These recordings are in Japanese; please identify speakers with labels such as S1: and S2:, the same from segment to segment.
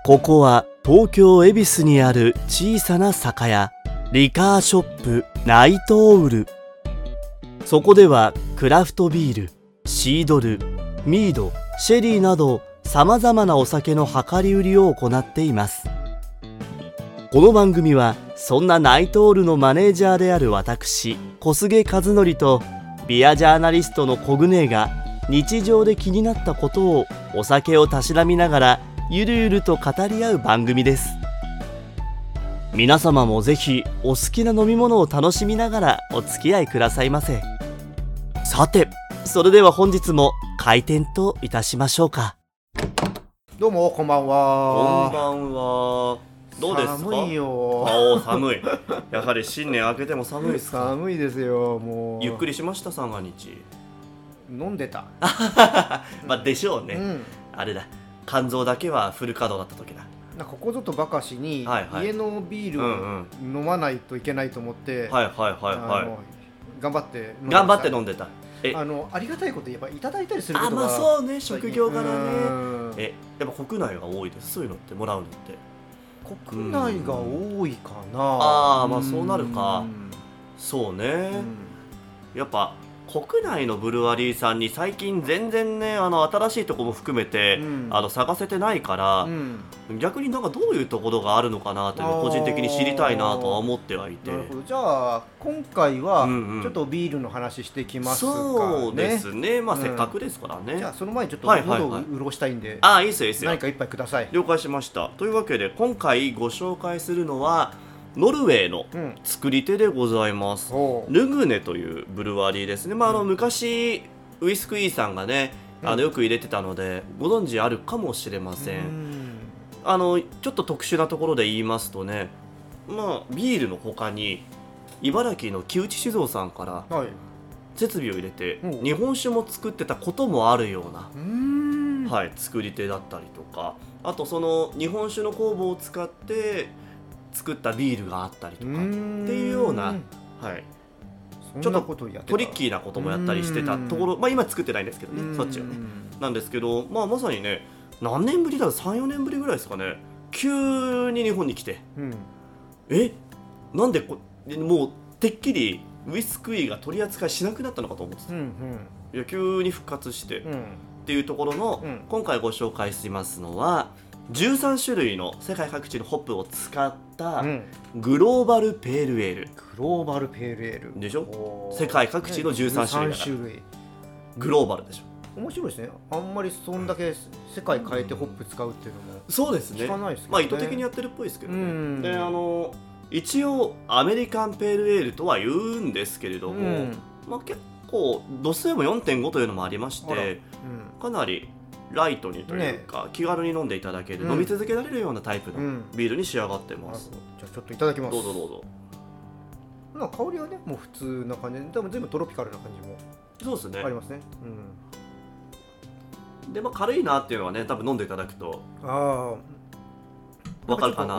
S1: ここは東京恵比寿にある小さな酒屋、リカーショップナイトオウル。そこではクラフトビール、シードル、ミード、シェリーなどさまざまなお酒の量り売りを行っています。この番組はそんなナイトオールのマネージャーである私小菅和則とビアジャーナリストのコグネが日常で気になったことをお酒をたしなみながらゆるゆると語り合う番組です。皆様もぜひお好きな飲み物を楽しみながらお付き合いくださいませ。さて、それでは本日も開店といたしましょうか。
S2: どうもこんばんは。
S1: こんばんは。どうですか？
S2: 寒いよ。
S1: 寒い。やはり新年明けても寒いですか？
S2: 寒いですよ。もう
S1: ゆっくりしました三が日。
S2: 飲んでた。
S1: まあでしょうね、あれだ、肝臓だけはフル稼働だった時だ。
S2: なんかここぞとばかしに、家のビールを飲まないといけないと思って、頑張って飲んでた。ありがたいこと言えばいただいたりすることが。
S1: まあそうね、職業柄ね。やっぱ国内が多いです、そういうのってもらうのって。
S2: 国内が多いかな。
S1: まあそうなるか。そうね、やっぱ国内のブルワリーさんに最近全然ね、新しいところも含めて、探せてないから、逆になんかどういうところがあるのかなというのを個人的に知りたいなとは思ってはいて。
S2: なるほど。じゃあ今回はちょっとビールの話していきますかね。
S1: そうですね、まあせっかくですからね。
S2: じゃあその前にちょっと喉を潤したいんで、
S1: いいですよいいですよ。
S2: 何か一杯ください。
S1: 了解しました。というわけで今回ご紹介するのはノルウェーの作り手でございます、ヌグネというブルワリーですね。昔ウイスクイーさんがね、よく入れてたのでご存知あるかもしれません。ちょっと特殊なところで言いますとね、ビールの他に茨城の木内酒造さんから設備を入れて日本酒も作ってたこともあるような、作り手だったりとか、あとその日本酒の酵母を使って作ったビールがあったりとかっていうような、ちょっとトリッキーなこともやったりしてたところ、今作ってないんですけどね、そっちはねなんですけど、まさにね、何年ぶりだろう、 3,4 年ぶりぐらいですかね、急に日本に来て、なんでもうてっきりウイスクイが取り扱いしなくなったのかと思ってた、いや急に復活して、っていうところの、今回ご紹介しますのは13種類の世界各地のホップを使ったグローバルペールエール。
S2: グローバルペールエール
S1: でしょ。世界各地の13種類だからグローバルでしょ。
S2: 面白いですね。あんまりそんだけ世界変えてホップ使うっていうのも
S1: そうですね、
S2: 聞かないですけどね。
S1: 意図的にやってるっぽいですけどね。で一応アメリカンペールエールとは言うんですけれども、結構度数も 4.5 というのもありまして、かなりライトにというか、気軽に飲んでいただける、飲み続けられるようなタイプのビールに仕上がってます。
S2: じゃあちょっといただきます。
S1: どうぞどうぞ。
S2: 香りはね、もう普通な感じで、でも全部トロピカルな感じも
S1: そうですね、
S2: ありますね。
S1: で軽いなっていうのはね、多分飲んでいただくと分かるかなと。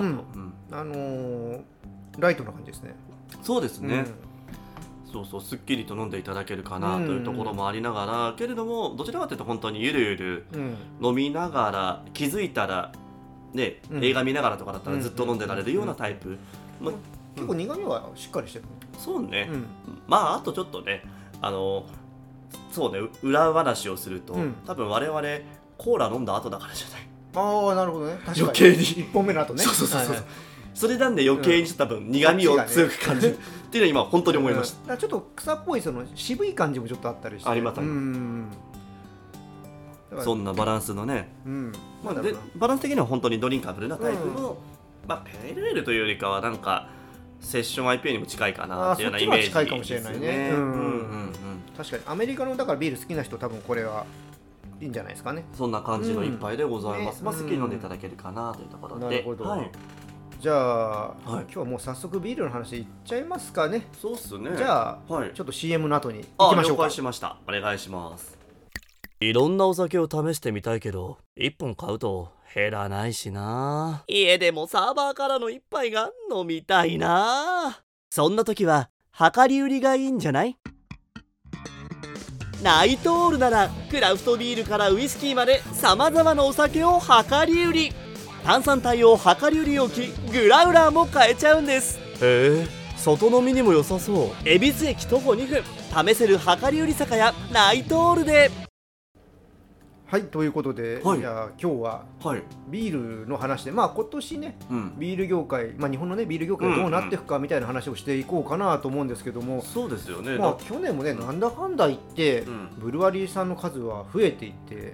S2: ライトな感じですね。
S1: そうですね、そうすっきりと飲んでいただけるかなというところもありながら、けれどもどちらかというと本当にゆるゆる飲みながら、気づいたらね、映画見ながらとかだったらずっと飲んでられるようなタイプ。
S2: 結構苦味はしっかりしてる。
S1: そうね、あとちょっとね、そうね、裏話をすると、多分我々コーラ飲んだ後だからじゃない。
S2: なるほどね。確かに
S1: 余計に
S2: 1本目の後ね。
S1: そうそれなんで余計に多分苦味を強く感じるっていうのは今本当に思いました。
S2: ちょっと草っぽいその渋い感じもちょっとあったりして。
S1: ありますあります。そんなバランスのね、でバランス的には本当にドリンカブルなタイプの、ペールエールというよりかはなんかセッション IPA にも近いかなっていうようなイメージですね。
S2: 近いかもしれないね。確かにアメリカのだからビール好きな人多分これはいいんじゃないですかね。
S1: そんな感じの一杯でございます。好きに飲んでいただけるかなというところで。
S2: なるほど。じゃあ、今日はもう早速ビールの話いっちゃいますかね。
S1: そうっすね。
S2: じゃあ、ちょっと CM の後に行きましょうか。
S1: 了解しました。お願いします。いろんなお酒を試してみたいけど、1本買うと減らないしな。家でもサーバーからの一杯が飲みたいな。そんな時は量り売りがいいんじゃない？ナイトオールならクラフトビールからウイスキーまで様々なお酒を量り売り。 炭酸対応量り売り置きグラウラーも買えちゃうんです。へえ、外飲みにも良さそう。恵比寿駅徒歩2分、試せる量り売り酒屋ナイトオールで。
S2: はい、ということで、
S1: はい、
S2: じゃあ今日はビールの話で、まあ今年ね、ビール業界、まあ日本のねビール業界がどうなっていくかみたいな話をしていこうかなと思うんですけども、
S1: そうですよね。
S2: まあ去年もね、なんだかんだ言って、ブルワリーさんの数は増えていって、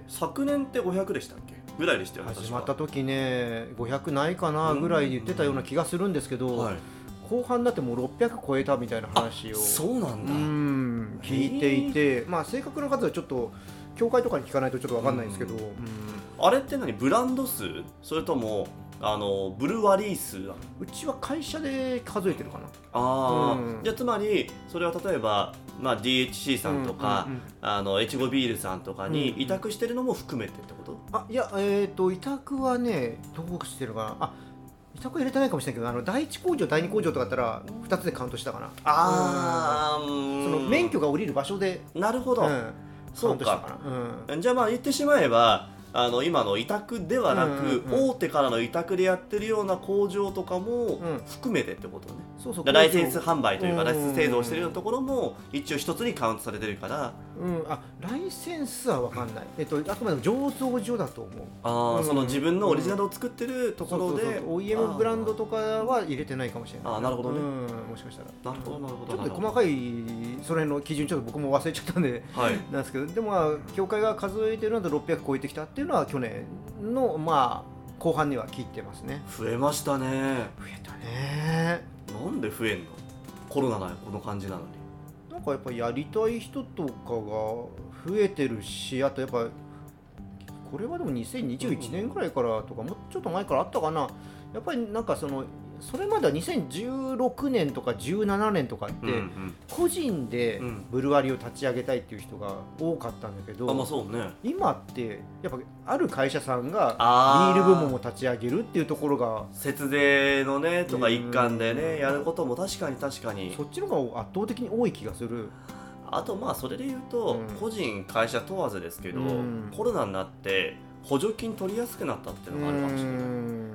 S1: 昨年って500でしたっけぐらいでしたよね。
S2: 始まった時ね、500ないかなぐらい言ってたような気がするんですけど、後半になってもう600超えたみたいな話を
S1: そうなんだ
S2: 聞いていて、まあ正確な数はちょっと協会とかに聞かないとちょっと分かんないんですけど、
S1: あれって何、ブランド数それともブルワリー数なの？
S2: うちは会社で数えてるか
S1: な。じゃあつまりそれは例えば、まあ、DHC さんとか、越後ビールさんとかに委託してるのも含めてってこと？
S2: いや、委託はねどうしてるかな。委託入れてないかもしれないけど、第1工場第2工場とかだったら2つでカウントしたかな。その免許が下りる場所で。
S1: なるほど、そうか。じゃあまあ言ってしまえば今の委託ではなく、大手からの委託でやってるような工場とかも含めてってことね。ライセンス販売というかライセンス製造してるようなところも一応一つにカウントされてるから、
S2: ライセンスは分かんない。あくまでも醸造所だと思う。
S1: その自分のオリジナルを作ってるところで
S2: OEM ブランドとかは入れてないかもしれない。
S1: なるほどね。
S2: もしかしたら。
S1: なるほどなるほど。
S2: ちょっと細かいその辺の基準ちょっと僕も忘れちゃったんで、なんですけど、でも協会が数えてるので600超えてきたっていうのは去年のまあ後半には聞いてますね。
S1: 増えましたね。
S2: 増えたね。
S1: なんで増えんの？コロナなこの感じなのに。
S2: なんかやっぱりやりたい人とかが増えてるし、あとやっぱこれはでも2021年ぐらいからとかもうちょっと前からあったかな。やっぱりなんかそれまでは2016年とか17年とかって個人でブルワリーを立ち上げたいっていう人が多かったんだけど、今ってやっぱある会社さんがビール部門を立ち上げるっていうところが
S1: 節税のねとか一環でねやることも確かに
S2: そっちの方が圧倒的に多い気がする。
S1: あとまあそれで言うと、個人会社問わずですけど、コロナになって補助金取りやすくなったっていうのがあるかもしれない。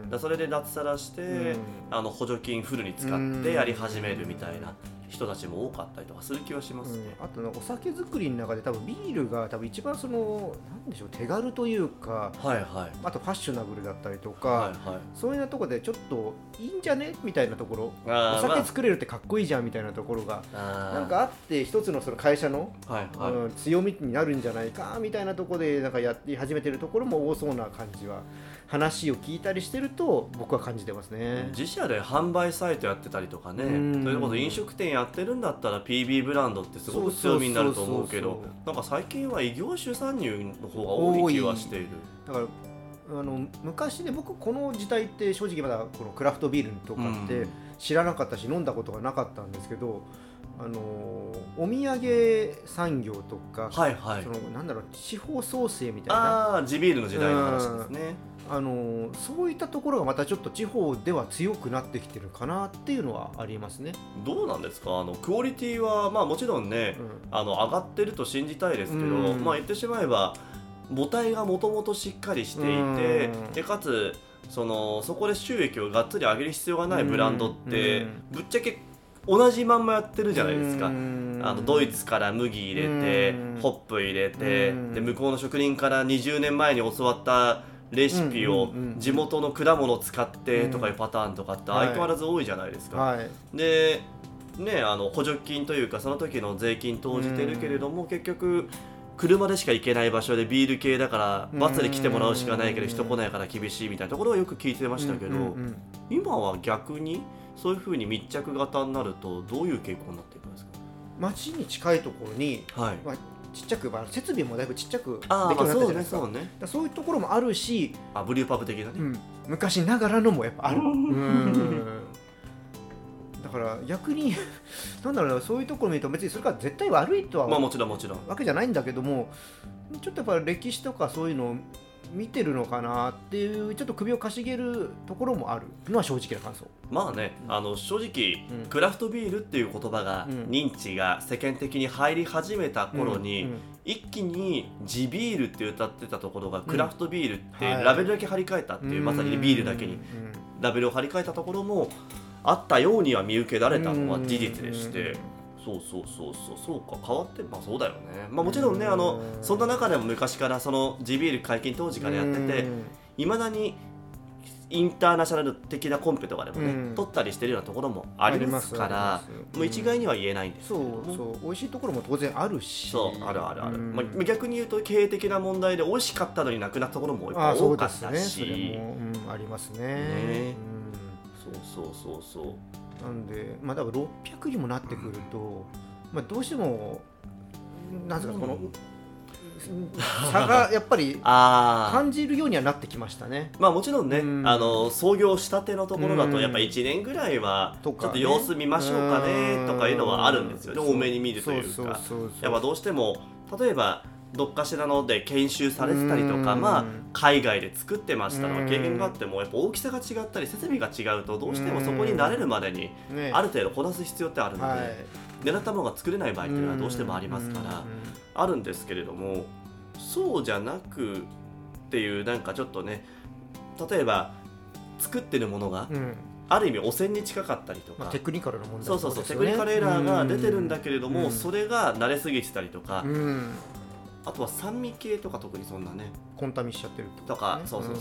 S1: だそれで脱サラして、補助金フルに使ってやり始めるみたいな人たちも多かったりとかする気はしますね。
S2: あとお酒作りの中で多分ビールが多分一番なんでしょう、手軽というか、あとファッショナブルだったりとか、そういうところでちょっといいんじゃねみたいなところ、お酒作れるってかっこいいじゃんみたいなところがなんかあって、一つのその会社の強みになるんじゃないかみたいなところでなんかやって始めてるところも多そうな感じは、話を聞いたりしてると僕は感じてますね。
S1: 自社で販売サイトやってたりとかね、それこそ飲食店やってるんだったら PB ブランドってすごく強みになると思うけど、なんか最近は異業種参入の方が多い気はしている。
S2: だから昔ね、僕この時代って正直まだこのクラフトビールとかって知らなかったし、飲んだことがなかったんですけど、お土産産業とか、なんだろう、地方創生みたいな、
S1: 地ビールの時代の話ですね。
S2: そういったところがまたちょっと地方では強くなってきてるかなっていうのはありますね。
S1: どうなんですか？クオリティはまあもちろんね、上がってると信じたいですけど、まあ言ってしまえば母体がもともとしっかりしていて、でかつそこで収益をがっつり上げる必要がないブランドってぶっちゃけ同じまんまやってるじゃないですか。ドイツから麦入れてホップ入れて、で向こうの職人から20年前に教わったレシピを地元の果物を使ってとかいうパターンとかって相変わらず多いじゃないですか。でね、補助金というかその時の税金投じてるけれども、結局車でしか行けない場所でビール系だからバスで来てもらうしかないけど人来ないから厳しいみたいなところはよく聞いてましたけど、今は逆にそういう風に密着型になるとどういう傾向になっていくんですか？
S2: 街に近いところに、ちっちゃく、設備もだいぶちっちゃくできるようになったじゃないですか。そういうところもあるし、
S1: ブリューパブ的なね、
S2: 昔ながらのもやっぱある。だから逆になんだろうな、そういうところを見ると別にそれから絶対悪いとは
S1: もちろん
S2: わけじゃないんだけども、ちょっとやっぱ歴史とかそういうのを見てるのかなっていうちょっと首をかしげるところもあるのは正直な感想。
S1: まあね、正直、クラフトビールっていう言葉が、認知が世間的に入り始めた頃に、一気に地ビールって歌ってたところが、クラフトビールってラベルだけ貼り替えたっていう、まさにビールだけにラベルを貼り替えたところもあったようには見受けられたのは事実でして、そうか、変わって、まあそうだよね。まあもちろんね、そんな中でも昔からその地ビール解禁当時からやってて、いまだにインターナショナル的なコンペとかでもね、取ったりしてるようなところもありますから、もう一概には言えないんですけども、
S2: そう美味しいところも当然あるし、
S1: ある、まあ、逆に言うと経営的な問題で美味しかったのになくなったところも多かったし、
S2: それも、ありますね。
S1: そう
S2: なんで、まあ、だから600にもなってくると、まあ、どうしてもなんですか、この差がやっぱり感じるようにはなってきましたね。
S1: まあもちろんね、創業したてのところだとやっぱ1年ぐらいはちょっと様子見ましょうかねとかいうのはあるんですよね。多めに見るというか、やっぱどうしても例えばどっかしらので研修されてたりとか、まあ海外で作ってましたの経験があっても、やっぱ大きさが違ったり設備が違うとどうしてもそこに慣れるまでにある程度こなす必要ってあるので、狙ったものが作れない場合っていうのはどうしてもありますから、あるんですけれども、そうじゃなくっていう、なんかちょっとね、例えば作ってるものがある意味汚染に近かったりとか、
S2: テクニカルな問題、
S1: そうテクニカルエラーが出てるんだけれども、それが慣れすぎてたりとか、あとは酸味系とか特にそんなね
S2: コンタミしちゃってる
S1: とか、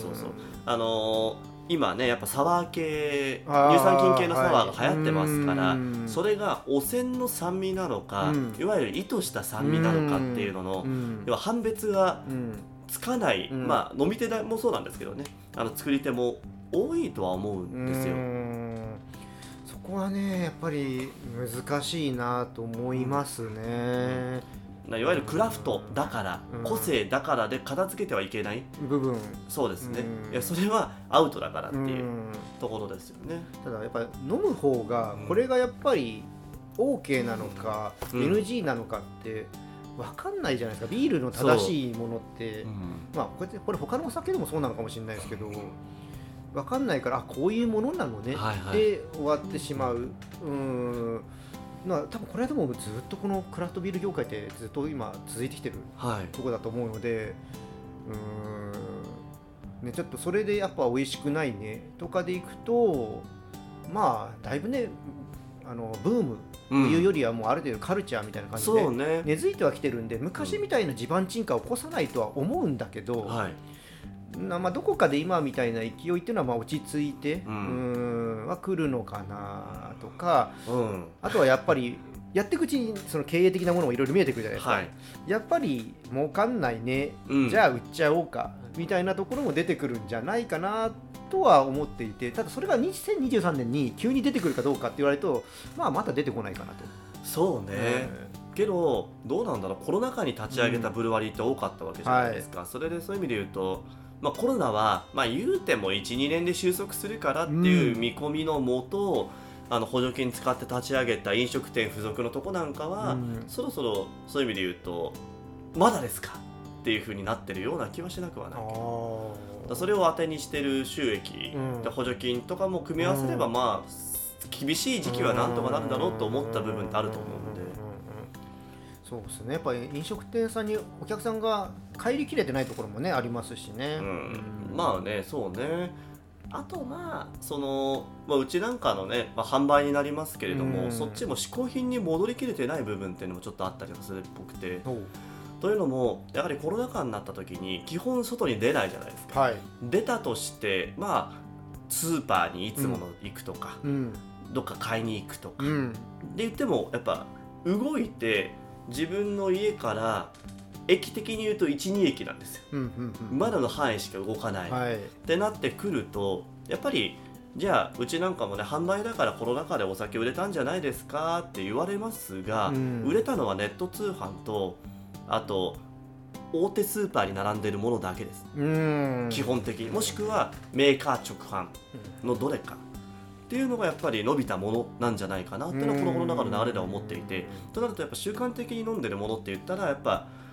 S1: 今ねやっぱサワー系、乳酸菌系のサワーが流行ってますから、それが汚染の酸味なのか、いわゆる意図した酸味なのかっていうのの、要は判別がつかない、まあ飲み手もそうなんですけどね、作り手も多いとは思うんですよ。
S2: そこはねやっぱり難しいなと思いますね。
S1: いわゆるクラフトだから、個性だからで片付けてはいけない
S2: 部分、
S1: そうですね、いやそれはアウトだからっていうところですよね。
S2: ただやっぱり飲む方がこれがやっぱり OK なのか NG なのかって分かんないじゃないですか。ビールの正しいものって、まあこれ他のお酒でもそうなのかもしれないですけど、分かんないから、こういうものなのねで終わってしまう。多分これはでもずっとこのクラフトビール業界ってずっと今続いてきてるところだと思うので、ね、ちょっとそれでやっぱ美味しくないねとかでいくと、まあだいぶねブームというよりはもうある程度カルチャーみたいな感じで根付いてはきてるんで、昔みたいな地盤沈下を起こさないとは思うんだけど、まあ、どこかで今みたいな勢いっていうのはまあ落ち着いては来るのかなとか、あとはやっぱりやっていくうちにその経営的なものもいろいろ見えてくるじゃないですか、やっぱり儲かんないね、じゃあ売っちゃおうかみたいなところも出てくるんじゃないかなとは思っていて、ただそれが2023年に急に出てくるかどうかって言われると、まあまた出てこないかなと。
S1: そうね、けどどうなんだろう、コロナ禍に立ち上げたブルワリーって多かったわけじゃないですか、それでそういう意味で言うと、まあ、コロナは、まあ、言うても 1,2 年で収束するからっていう見込みのもと、補助金使って立ち上げた飲食店付属のとこなんかは、そろそろそういう意味で言うとまだですかっていう風になってるような気はしなくはないけど、それを当てにしてる収益、補助金とかも組み合わせれば、まあ厳しい時期はなんとかなるだろうと思った部分ってあると思うんで。
S2: そうですね、やっぱり飲食店さんにお客さんが帰りきれてないところもねありますしね、まあね、そうね。
S1: あとまあうちなんかのね、販売になりますけれども、そっちも嗜好品に戻りきれてない部分っていうのもちょっとあったりするっぽくて、というのもやはりコロナ禍になった時に基本外に出ないじゃないですか、出たとしてまあスーパーにいつもの行くとか、どっか買いに行くとか、で言ってもやっぱ動いて自分の家から駅的に言うと 1,2 駅なんですよ、まだの範囲しか動かない、ってなってくると、やっぱりじゃあうちなんかもね販売だからコロナ禍でお酒売れたんじゃないですかって言われますが、売れたのはネット通販とあと大手スーパーに並んでるものだけです、基本的に、もしくはメーカー直販のどれかっていうのがやっぱり伸びたものなんじゃないかなっていうのはこのコロナ禍の流れでは思っていて、となるとやっぱ習慣的に飲んでるものって言ったらやっぱ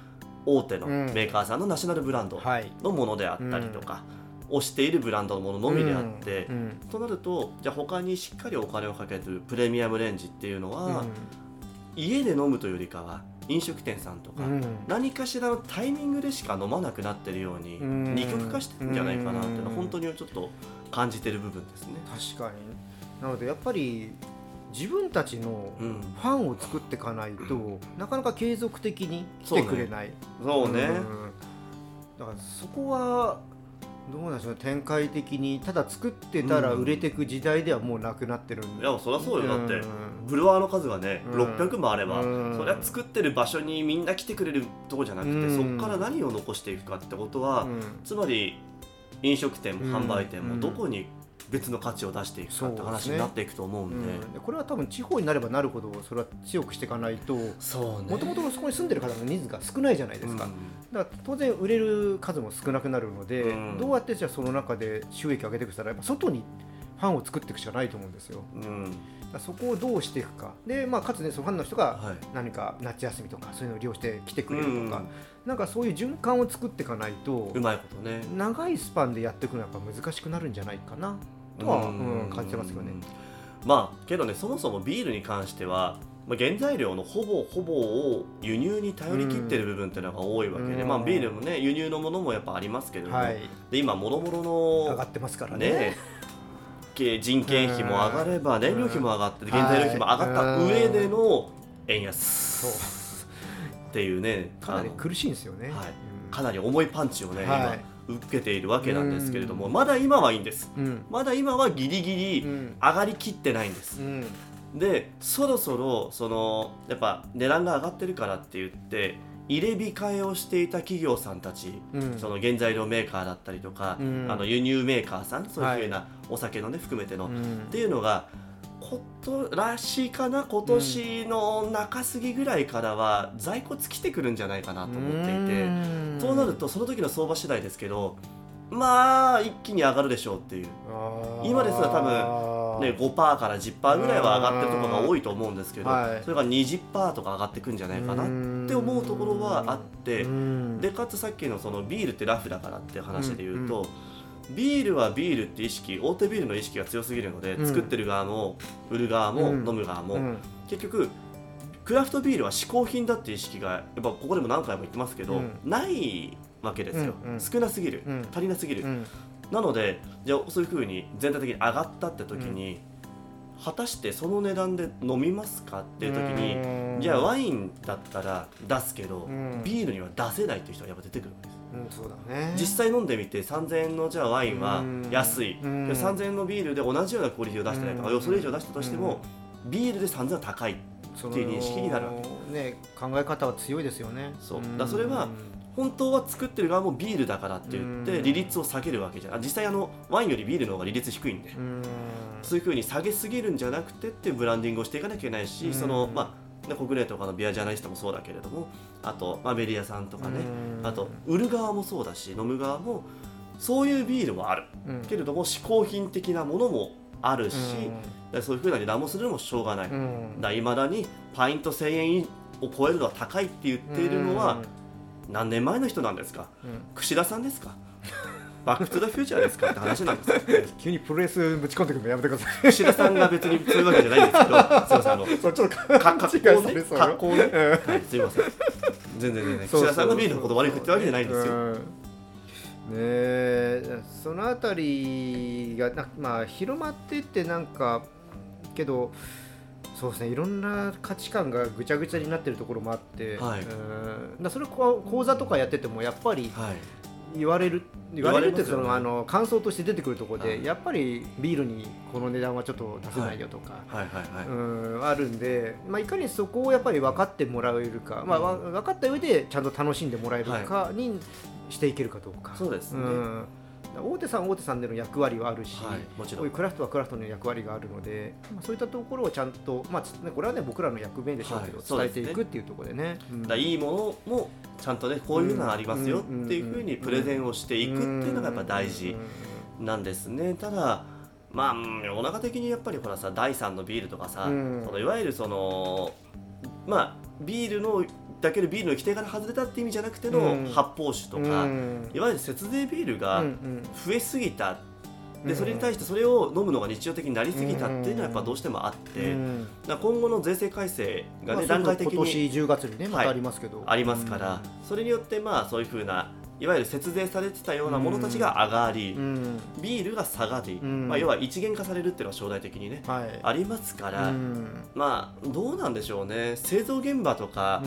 S1: 大手のメーカーさんのナショナルブランドのものであったりとか、推しているブランドのもののみであって、となるとじゃあ他にしっかりお金をかけてるプレミアムレンジっていうのは、家で飲むというよりかは飲食店さんとか、何かしらのタイミングでしか飲まなくなってるように二極化してるんじゃないかなっていうのは本当にちょっと感じてる部分ですね。
S2: 確かに。なのでやっぱり自分たちのファンを作っていかないと、なかなか継続的に来てくれない。
S1: そうね。
S2: だからそこはどうなんでしょうね。展開的にただ作ってたら売れていく時代ではもうなくなってるんで。
S1: いやそりゃそうよ。だってブルワーの数がね、600もあれば、それは作ってる場所にみんな来てくれるとこじゃなくて、そこから何を残していくかってことは、つまり飲食店も販売店もどこに別の価値を出していくかって話になっていくと思うんで、
S2: これは多分地方になればなるほどそれは強くしていかないと、もともとそこに住んでる方のニーズが少ないじゃないですか。だから当然売れる数も少なくなるので、どうやってじゃあその中で収益を上げていくしたら、やっぱ外にファンを作っていくしかないと思うんですよ。そこをどうしていくかで、かつね、そのファンの人が何か夏休みとかそういうのを利用して来てくれるとか、なんかそういう循環を作っていかないと、
S1: うまいことね、
S2: 長いスパンでやっていくのはやっぱ難しくなるんじゃないかなとは感じてますよね。
S1: けどね、そもそもビールに関しては原材料のほぼを輸入に頼り切ってる部分っていうのが多いわけで、ビールもね輸入のものもやっぱありますけれども、で今もろもろの
S2: 上がってますからね。
S1: 人件費も上がれば燃料費も上がって原材料費も上がった上での円安っていうね、
S2: かなり苦しいんですよね。
S1: かなり重いパンチをね、今受けているわけなんですけれども、まだ今はいいんです。まだ今はギリギリ上がりきってないんです。でそろそろやっぱ値段が上がってるからって言って入れ控えをしていた企業さんたち、その原材料メーカーだったりとか、輸入メーカーさん、そういうふうなお酒のね含めての、っていうのがらしいかな、今年の中過ぎぐらいからは在庫尽きてくるんじゃないかなと思っていて、そうなるとその時の相場次第ですけど、一気に上がるでしょうっていう、今ですら多分ね 5% から 10% ぐらいは上がってるところが多いと思うんですけど、それが 20% とか上がってくんじゃないかなって思うところはあって、でかつさっきのそのビールってラフだからっていう話で言うと、ビールはビールって意識、大手ビールの意識が強すぎるので、作ってる側も売る側も飲む側も、結局クラフトビールは嗜好品だっていう意識がやっぱここでも何回も言ってますけど、ないわけですよ。少なすぎる、足りなすぎる、なのでじゃあそういう風に全体的に上がったって時に、果たしてその値段で飲みますかっていう時に、じゃあワインだったら出すけど、ビールには出せないっていう人がやっぱ出てくるわけです。
S2: そうだね、
S1: 実際飲んでみて3000円のじゃあワインは安い、3000円のビールで同じようなクオリティを出してないとか、それ以上出したとしても、ビールで3000円は高いっていう認識になるわけ、
S2: 考え方は強いですよね。
S1: それは本当は作ってる側もビールだからって言って利率を下げるわけじゃない。実際ワインよりビールの方が利率低いんで、そういう風に下げすぎるんじゃなくてっていうブランディングをしていかなきゃいけないし、国内とかのビアジャーナリストもそうだけれども、あとベリアさんとかね、あと売る側もそうだし飲む側もそういうビールもある、けれども嗜好品的なものもあるし、そういう風な値段もするのもしょうがない。いまだにパイント1000円を超えるのは高いって言っているのは何年前の人なんですか、串田さんですかバックトゥザフューチャーですかって話なんですよ
S2: 急にプロレスぶち込んでくるのやめてください。
S1: 串田さんが別にそういうわけじゃないんですけど、すいません、
S2: そうちょっと
S1: 格好ね、すいません、全然串田さんがビールのこと悪いってわけじゃないんです
S2: よ。そのあたりが広まっていってけど、そうですね、いろんな価値観がぐちゃぐちゃになってるところもあって、それ講座とかやっててもやっぱり言われるって感想として出てくるところで、やっぱりビールにこの値段はちょっと出せないよとかあるんで、いかにそこをやっぱり分かってもらえるか、分かった上でちゃんと楽しんでもらえるかにしていけるかどうか。
S1: そうですね、
S2: 大手さんでの役割はあるし、
S1: もちろん
S2: こういうクラフトはクラフトの役割があるので、そういったところをちゃんと、これはね僕らの役目でしょうけど、伝えていくっていうところでね、
S1: いいものもちゃんとねこういうのがありますよっていうふうにプレゼンをしていくっていうのがやっぱ大事なんですね。ただ世の中的にやっぱりほらさ、第3のビールとかさ、いわゆるビールのだけでビールの規定から外れたって意味じゃなくての発泡酒とか、いわゆる節税ビールが増えすぎた、でそれに対してそれを飲むのが日常的になりすぎたっていうのはやっぱどうしてもあって、だから今後の税制改正がね、段階的に
S2: 今年10月にねまたありますけど、
S1: ありますから、それによってそういう風ないわゆる節税されてたようなものたちが上がり、ビールが下がり、要は一元化されるっていうのは将来的にね、ありますから、どうなんでしょうね、製造現場とか、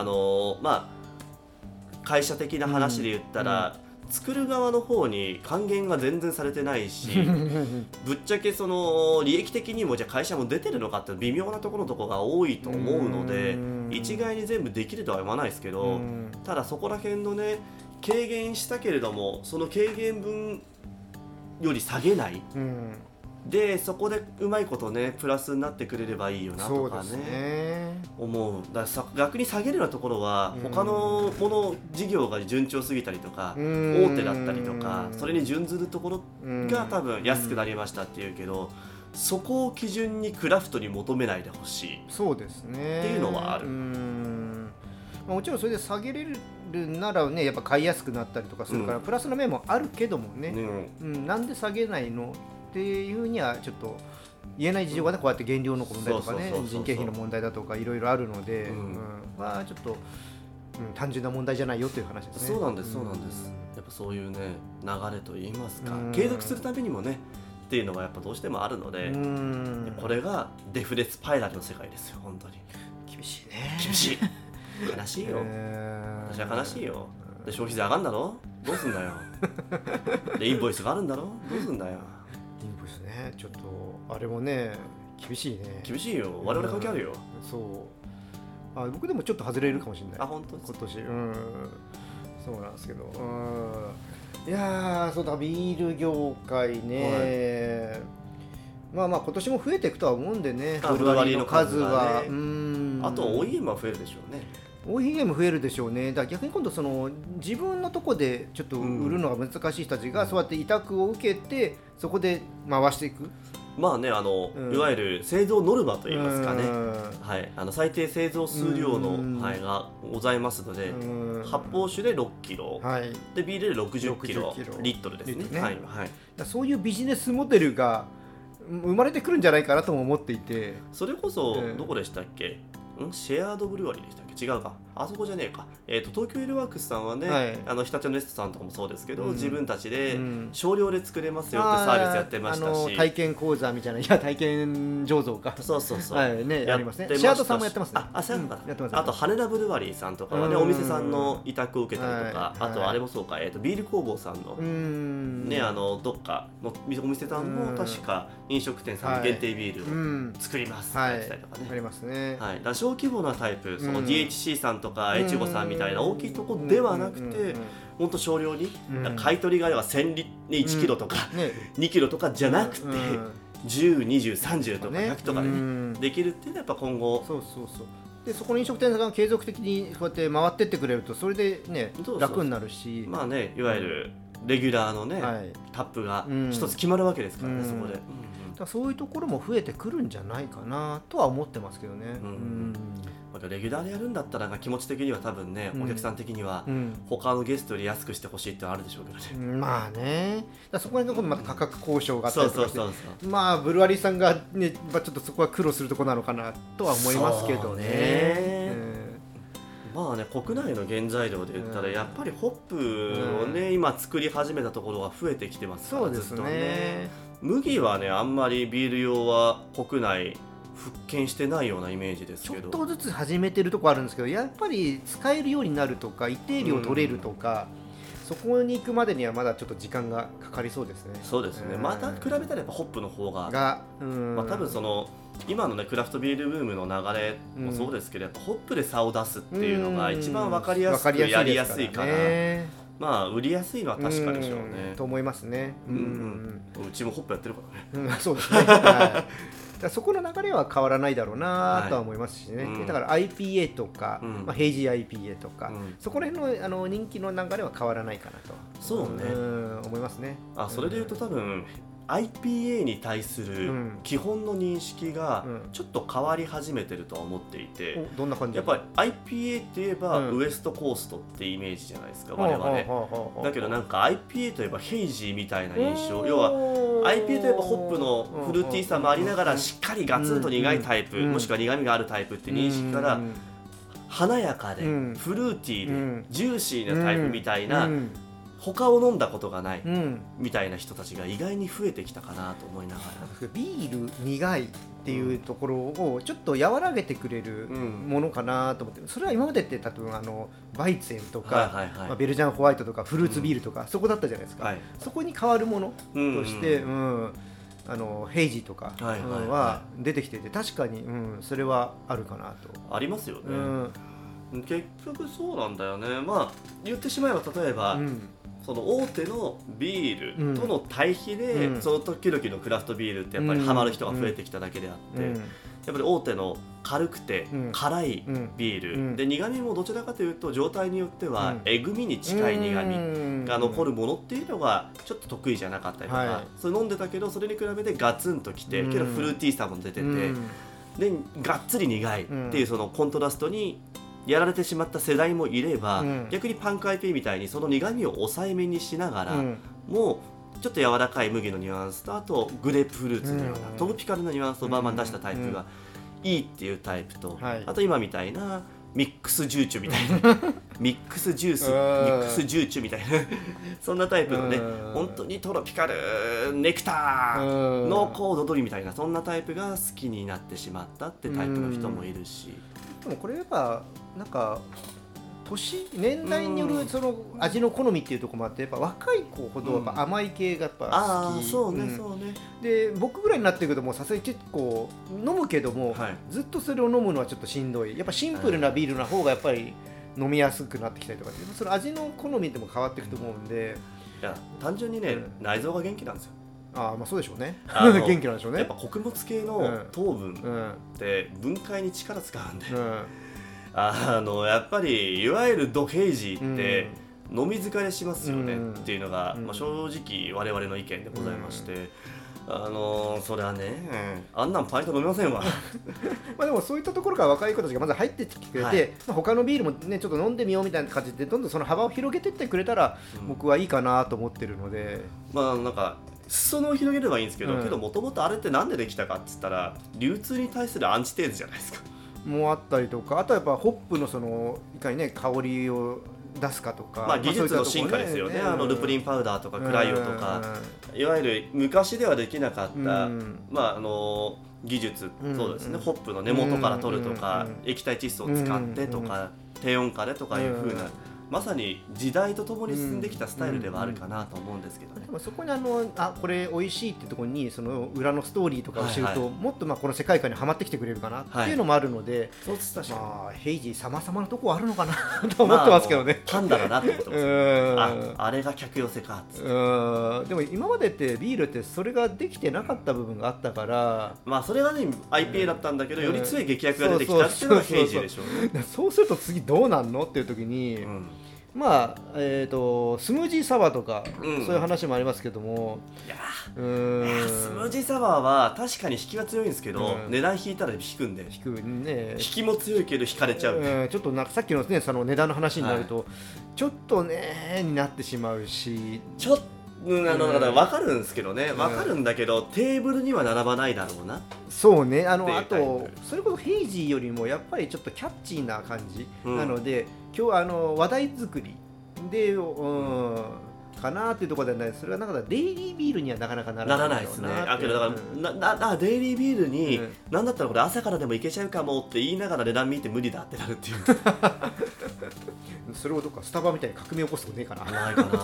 S1: 会社的な話で言ったら、作る側の方に還元が全然されてないしぶっちゃけその利益的にもじゃあ会社も出てるのかって微妙なところが多いと思うので、一概に全部できるとは言わないですけど、ただそこら辺のね、軽減したけれどもその軽減分より下げない、でそこでうまいことねプラスになってくれればいいよなとか ね思う。だから逆に下げるようなところは他のもの事業が順調すぎたりとか大手だったりとか、それに準ずるところが多分安くなりましたっていうけど、そこを基準にクラフトに求めないでほしい、
S2: そうですね
S1: っていうのはある。
S2: もちろんそれで下げれるならね、やっぱ買いやすくなったりとかするから、プラスの面もあるけどもね、なんで下げないのっていうふうにはちょっと言えない事情がね、こうやって原料の問題とかね、人件費の問題だとかいろいろあるので、ちょっと、単純な問題じゃないよという話ですね。
S1: そうなんです、そうなんです。やっぱそういうね流れといいますか、継続するためにもねっていうのがやっぱどうしてもあるので、これがデフレスパイラルの世界ですよ。本当に
S2: 厳しいね。
S1: 厳しい悲しいよ、私は悲しいよ。で消費税上がるんだろ、どうすんだよでインボイスがあるんだろ、どうすんだよ。
S2: インボイスね、ちょっとあれもね厳しいね。
S1: 厳しいよ、我々関係あるよ。
S2: そう僕でもちょっと外れるかもしれない。
S1: 本当
S2: 今年そうなんですけど、いやー、そうだ、ビール業界ね、今年も増えていくとは思うんでね、ブルワリーの数は、
S1: あと OEM は増えるでしょうね。
S2: OEM 増えるでしょうね。だから逆に今度その自分のとこでちょっと売るのが難しい人たちがそうやって委託を受けてそこで回していく。
S1: いわゆる製造ノルマといいますかね、最低製造数量の、がございますので、発泡酒で6キロ、でビールで60キロリットルですね。
S2: そういうビジネスモデルが生まれてくるんじゃないかなとも思っていて、
S1: それこそどこでしたっけ、シェアードブルワリーでしたっけ、違うか、あそこじゃねえか、東京エルワークスさんはね、日立のネストさんとかもそうですけど、自分たちで少量で作れますよってサービスやってましたし、
S2: 体験講座みたいな、いや体験醸造か、
S1: そう
S2: やりますね。シェアードさんもやってますね。
S1: あと羽田ブルワリーさんとかはね、お店さんの委託を受けたりとか、あとあれもそうか、ビール工房さんのね、どっかのお店さんも確か飲食店さんの限定ビールを作りますってやってたりとかね、
S2: ありますね。
S1: 小規模なタイプ、その DHC さんとか越後さんみたいな大きいとこではなくて、本当少量に、買い取りが1000リ1キロとか、2キロとかじゃなくて、10、20、30とか100とかでね、できるっていうのはやっぱ今後、
S2: でそこの飲食店さんが継続的にこうやって回ってってくれるとそれでね楽になるし、
S1: いわゆるレギュラーのね、タップが一つ決まるわけですからね、そこで。
S2: そういうところも増えてくるんじゃないかなとは思ってますけどね。
S1: レギュラーでやるんだったら気持ち的には多分ね、お客さん的には他のゲストより安くしてほしいってのあるでしょうけどね。そこら辺のまた価格交渉があったりとかして、ブルワリーさんがね、ちょっとそこは苦労するところなのかなとは思いますけどね。 国内の原材料で言ったらやっぱりホップをね、今作り始めたところが増えてきてますから、ずっとね。麦はね、あんまりビール用は国内復権してないようなイメージですけど、
S2: ちょっとずつ始めてるところあるんですけど、やっぱり使えるようになるとか一定量取れるとか、そこに行くまでにはまだちょっと時間がかかりそうですね。
S1: そうですね。また比べたらやっぱホップの方が多分その今のねクラフトビールブームの流れもそうですけど、やっぱホップで差を出すっていうのが一番分かりやすくやりやすいから、売りやすいのは確かでしょうね。
S2: と思いますね。
S1: うちもホップやってるからね。
S2: そうですね。そこの流れは変わらないだろうなとは思いますしね。だから IPA とか、ヘイジー IPA とか、そこら辺の人気の流れは変わらないかなと。
S1: そうね。
S2: 思いますね。
S1: それでいうと多分 IPA に対する基本の認識がちょっと変わり始めてるとは思っていて、
S2: どんな感じ？
S1: やっぱり IPA って言えばウエストコーストってイメージじゃないですか、我々。だけどなんか IPA といえばヘイジーみたいな印象、要は IPA といえばホップのフルーティーさもありながらしっかりガツンと苦いタイプ、もしくは苦みがあるタイプって認識から華やかでフルーティーでジューシーなタイプみたいな、他を飲んだことがないみたいな人たちが意外に増えてきたかなと思いながら、
S2: ビール苦いっていうところをちょっと和らげてくれるものかなと思って、それは今までって多分バイツェンとか、ベルジャンホワイトとかフルーツビールとか、そこだったじゃないですか、そこに変わるものとして、ヘイジーとかは出てきてて、確かに、それはあるかなと。
S1: ありますよね、結局そうなんだよね。まあ言ってしまえば例えば、その大手のビールとの対比で、その時々のクラフトビールってやっぱりハマる人が増えてきただけであって、やっぱり大手の軽くて辛いビールで、苦味もどちらかというと状態によってはえぐみに近い苦味が残るものっていうのがちょっと得意じゃなかったりとか、それ飲んでたけどそれに比べてガツンときて、けどフルーティーさも出てて、でがっつり苦いっていうそのコントラストにやられてしまった世代もいれば、逆にパンク IPA みたいにその苦みを抑えめにしながら、もうちょっと柔らかい麦のニュアンスと、あとグレープフルーツのようなトロピカルなニュアンスをバーマン出したタイプがいいっていうタイプと、あと今みたいなミックスジューチュみたいなミックスジュースミックスジューチュみたいなそんなタイプのね、本当にトロピカルネクター濃厚ドドリみたいな、そんなタイプが好きになってしまったってタイプの人もいるし、
S2: でもこれやっぱなんか年代によるその味の好みっていうところもあって、やっぱ若い子ほどやっぱ甘い系がやっぱ好き、
S1: そうねそうね。
S2: で僕ぐらいになってくるともうさすがに結構飲むけども、ずっとそれを飲むのはちょっとしんどい。やっぱシンプルなビールの方がやっぱり飲みやすくなってきたりとか、その味の好みでも変わっていくと思うんで、
S1: いや単純にね、内臓が元気なんですよ。
S2: まあそうでしょうね元気なんでしょうね。
S1: やっぱ穀物系の糖分って分解に力使うんで、やっぱりいわゆるドヘイジーって飲み疲れしますよねっていうのが、正直我々の意見でございまして、それはね、あんなんパイと飲みませんわ
S2: まあでもそういったところから若い子たちがまず入ってきてくれて、他のビールもねちょっと飲んでみようみたいな感じでどんどんその幅を広げていってくれたら、僕はいいかなと思ってるので、
S1: まあなんか裾野を広げればいいんですけど、けどもともとあれってなんでできたかっつったら流通に対するアンチテーゼじゃないですか。
S2: もあったりとか、あとはやっぱホップのそのいかにね香りを出すかとか、
S1: 技術の進化ですよね。ルプリンパウダーとかクライオとか、いわゆる昔ではできなかった、技術、そうですね、ホップの根元から取るとか、液体窒素を使ってとか、低温化でとかいう風な、まさに時代とともに進んできたスタイルではあるかなと思うんですけどね。
S2: でもそこにこれ美味しいってところにその裏のストーリーとかを知ると、もっとこの世界観にはまってきてくれるかなっていうのもあるので、ヘイジー様々なとこあるのかなと思ってますけどね。
S1: パンダだなと思ってます。あれが客寄せかっつって。
S2: でも今までってビールってそれができてなかった部分があったから、
S1: それはね IPA だったんだけど、より強い劇薬が出てきたっていうのがヘイジーでしょうね。
S2: そうすると次どうなんのっていう時に、スムージーサワーとか、そういう話もありますけども、
S1: スムージーサワーは確かに引きが強いんですけど、値段引いたら引くんで、引きも強いけど引かれちゃう、
S2: ちょっとなんかさっきのねその値段の話になると、ちょっとねになってしまうし、
S1: ちょっとだから分かるんですけどね、分かるんだけど、テーブルには並ばないだろうな。
S2: そうね、あとそれこそヘイジーよりもやっぱりちょっとキャッチーな感じなので、今日は話題作りでかなっていうところではない。それはなんかデイリービールにはなかなかならないですね。
S1: けどだからデイリービールに、なんだったらこれ朝からでもいけちゃうかもって言いながら値段見て無理だってなるっていう
S2: それをどっかスタバみたいに革命起こすとねえかな。
S1: ないかな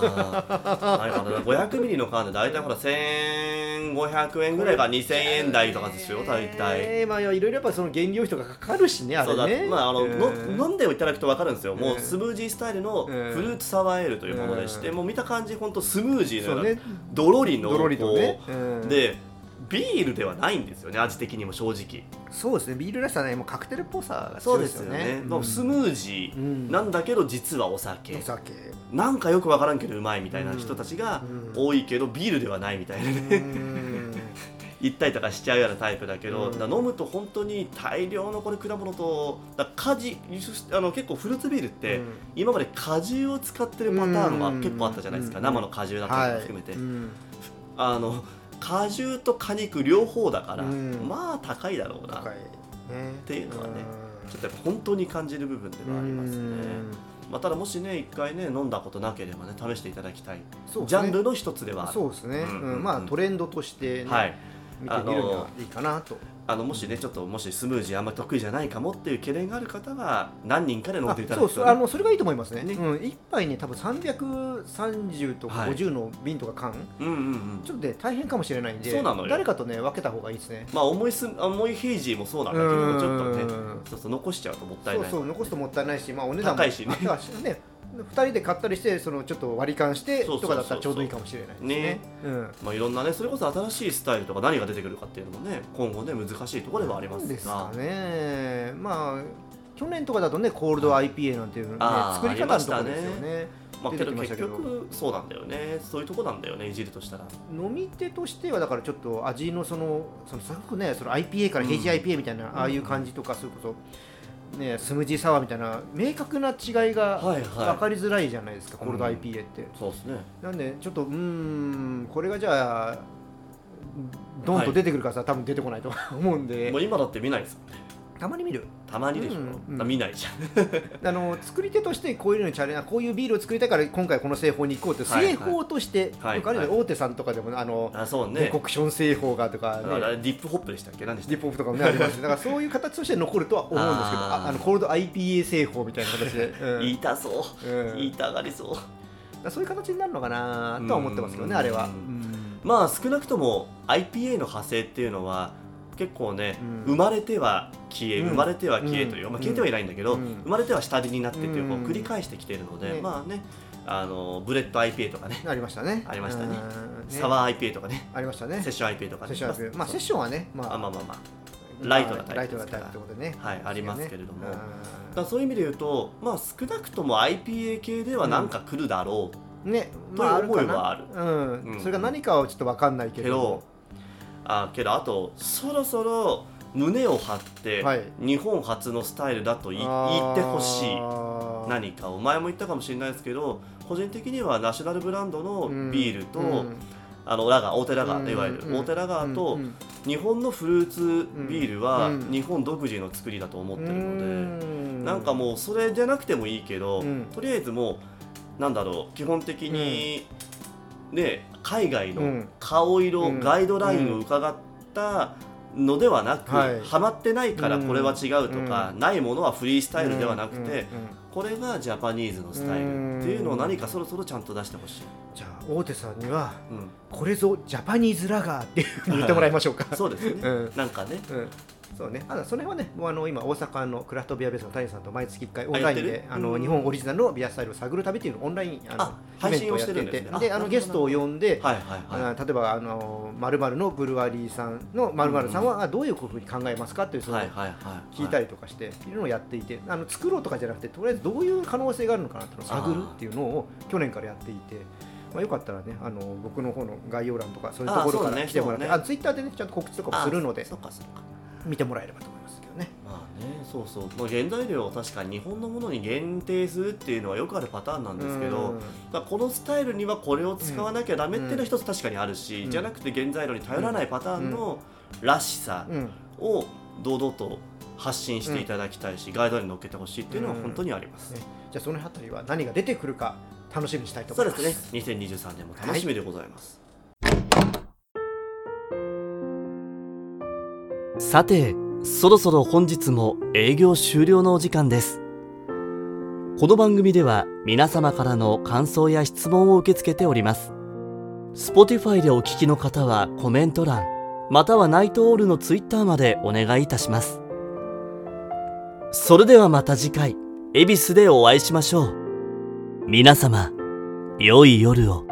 S1: 500ミリの缶で大体ほら1500円ぐらいが2000円台とかですよ大体。
S2: いろいろやっぱその原料費とかかかるしね、あれね。
S1: 飲んでいただくと分かるんですよ。もうスムージースタイルのフルーツサワーエールというものでして、もう見た感じ本当スムージーのようなドロリの濃厚で、 ビールではないんですよね、味的にも正直。
S2: そうですね、ビールらしさね、もうカクテルっぽさが強いですよね。
S1: そうですよね、もうスムージーなんだけど実はお酒、なんかよく分からんけどうまいみたいな人たちが多いけど、ビールではないみたいなね言ったりとかしちゃうようなタイプだけど、飲むと本当に大量のこれ果物と結構フルーツビールって今まで果汁を使ってるパターンが結構あったじゃないですか、生の果汁だったりも含めて、果汁と果肉両方だから、まあ高いだろうなっていうのはね、ちょっとやっぱ本当に感じる部分ではありますね。ただもしね一回ね飲んだことなければね試していただきたいジャンルの一つではある。
S2: そうですね、トレンドとしてね、見てみるのはいいかなと。
S1: もしねちょっともしスムージーあんまり得意じゃないかもっていう懸念がある方は何人かで飲んでいただくと、
S2: ね、それがいいと思いますね。1杯ね多分330とか50の瓶とか缶、ちょっと大変かもしれないんで、誰かとね分けた方がいいですね。
S1: 重いヘイジーもそうなんだけど、ちょっとねそう残しちゃうともったいない。
S2: そう残すともったいないし、お値段も
S1: 高いしね
S2: 2人で買ったりしてちょっと割り勘してとかだったらちょうどいいかもしれないですね。
S1: いろんなねそれこそ新しいスタイルとか何が出てくるかっていうのもね今後ね難しいところではありますが。
S2: ですかね。去年とかだとねコールド IPA なんていうね作り方のところですよね。
S1: けど結局そうなんだよね、そういうとこなんだよねいじるとしたら。
S2: 飲み手としてはだからちょっと味のすごくねIPA からヘイジ IPA みたいなああいう感じとかそれこそね、スムージーサワーみたいな明確な違いが分かりづらいじゃないですか、コールド IPA って。
S1: そうですね。
S2: なんでちょっとこれがじゃあドンと出てくるかさ、多分出てこないと思うんで。
S1: もう今だって見ないですもんね。
S2: たまに見る。
S1: たまにでしょ。見ないじゃ
S2: ん。作り手としてこういうのにチャレンジ、こういうビールを作りたいから今回この製法に行こうって製法としてよくあるよね。大手さんとかでもデコクション製法がとかね。
S1: ディップホップでしたっけ？何でしたっけ？
S2: ディップホップとかもねあります。だからそういう形として残るとは思うんですけど、コールド IPA 製法みたいな形で
S1: 言いたそう。言いたがりそう。
S2: そういう形になるのかなとは思ってますけどね、あれは。
S1: 少なくとも IPA の派生っていうのは結構ね、生まれては消え、生まれては消えという、消えてはいないんだけど、生まれては下火になってという繰り返してきているので、ブレッド IPA とかね
S2: ありましたね、
S1: サワー IPA とかね
S2: ありましたね、
S1: セッション IPA とかね、
S2: セッションはね
S1: ライトなタイプですから、
S2: ね、
S1: ありますけれども、だそういう意味で言うと、少なくとも IPA 系では何か来るだろう
S2: ね、
S1: という思いはある。
S2: それが何かはちょっと分かんないけど、
S1: あとそろそろ胸を張って日本初のスタイルだと言ってほしい何かを、前も言ったかもしれないですけど、個人的にはナショナルブランドのビールと、大手ラガー、いわゆる大手ラガーと日本のフルーツビールは日本独自の作りだと思ってるので、なんかもうそれじゃなくてもいいけど、とりあえずもう基本的に海外の顔色、ガイドラインを伺ったのではなく、はまってないからこれは違うとか、ないものはフリースタイルではなくて、これがジャパニーズのスタイルっていうのを何かそろそろちゃんと出してほしい。
S2: じゃあ大手さんには、これぞジャパニーズラガーって言ってもらいましょうか。
S1: そうですね、なんかね、
S2: そうね、それはね、今大阪のクラフトビアベースの谷さんと毎月1回オンラインで日本オリジナルのビアスタイルを探る旅っていうのをオンライン
S1: 配信をしてていて、
S2: でゲストを呼んで、例えば〇〇のブルワリーさんの〇〇さんはどういうふうに考えますかっていう聞いたりとかしているのをやっていて、作ろうとかじゃなくてとりあえずどういう可能性があるのかなっていうのを探るっていうのを去年からやっていて。よかったらね、僕の方の概要欄とかそういうところから来てもらって、ツイッターでねちゃんと告知とかもするので見てもらえればと思いますけどね。
S1: 原材料を確かに日本のものに限定するっていうのはよくあるパターンなんですけど、このスタイルにはこれを使わなきゃダメっていうのは一つ確かにあるし、じゃなくて原材料に頼らないパターンのらしさを堂々と発信していただきたいし、ガイドラインに乗っけてほしいっていうのは本当にあります。
S2: じゃあそのあたりは何が出てくるか楽しみにしたいと思います。
S1: そうですね、2023年も楽しみでございます。さて、そろそろ本日も営業終了のお時間です。この番組では皆様からの感想や質問を受け付けております。Spotify でお聞きの方はコメント欄、またはナイトオールのツイッターまでお願いいたします。それではまた次回、恵比寿でお会いしましょう。皆様、良い夜を。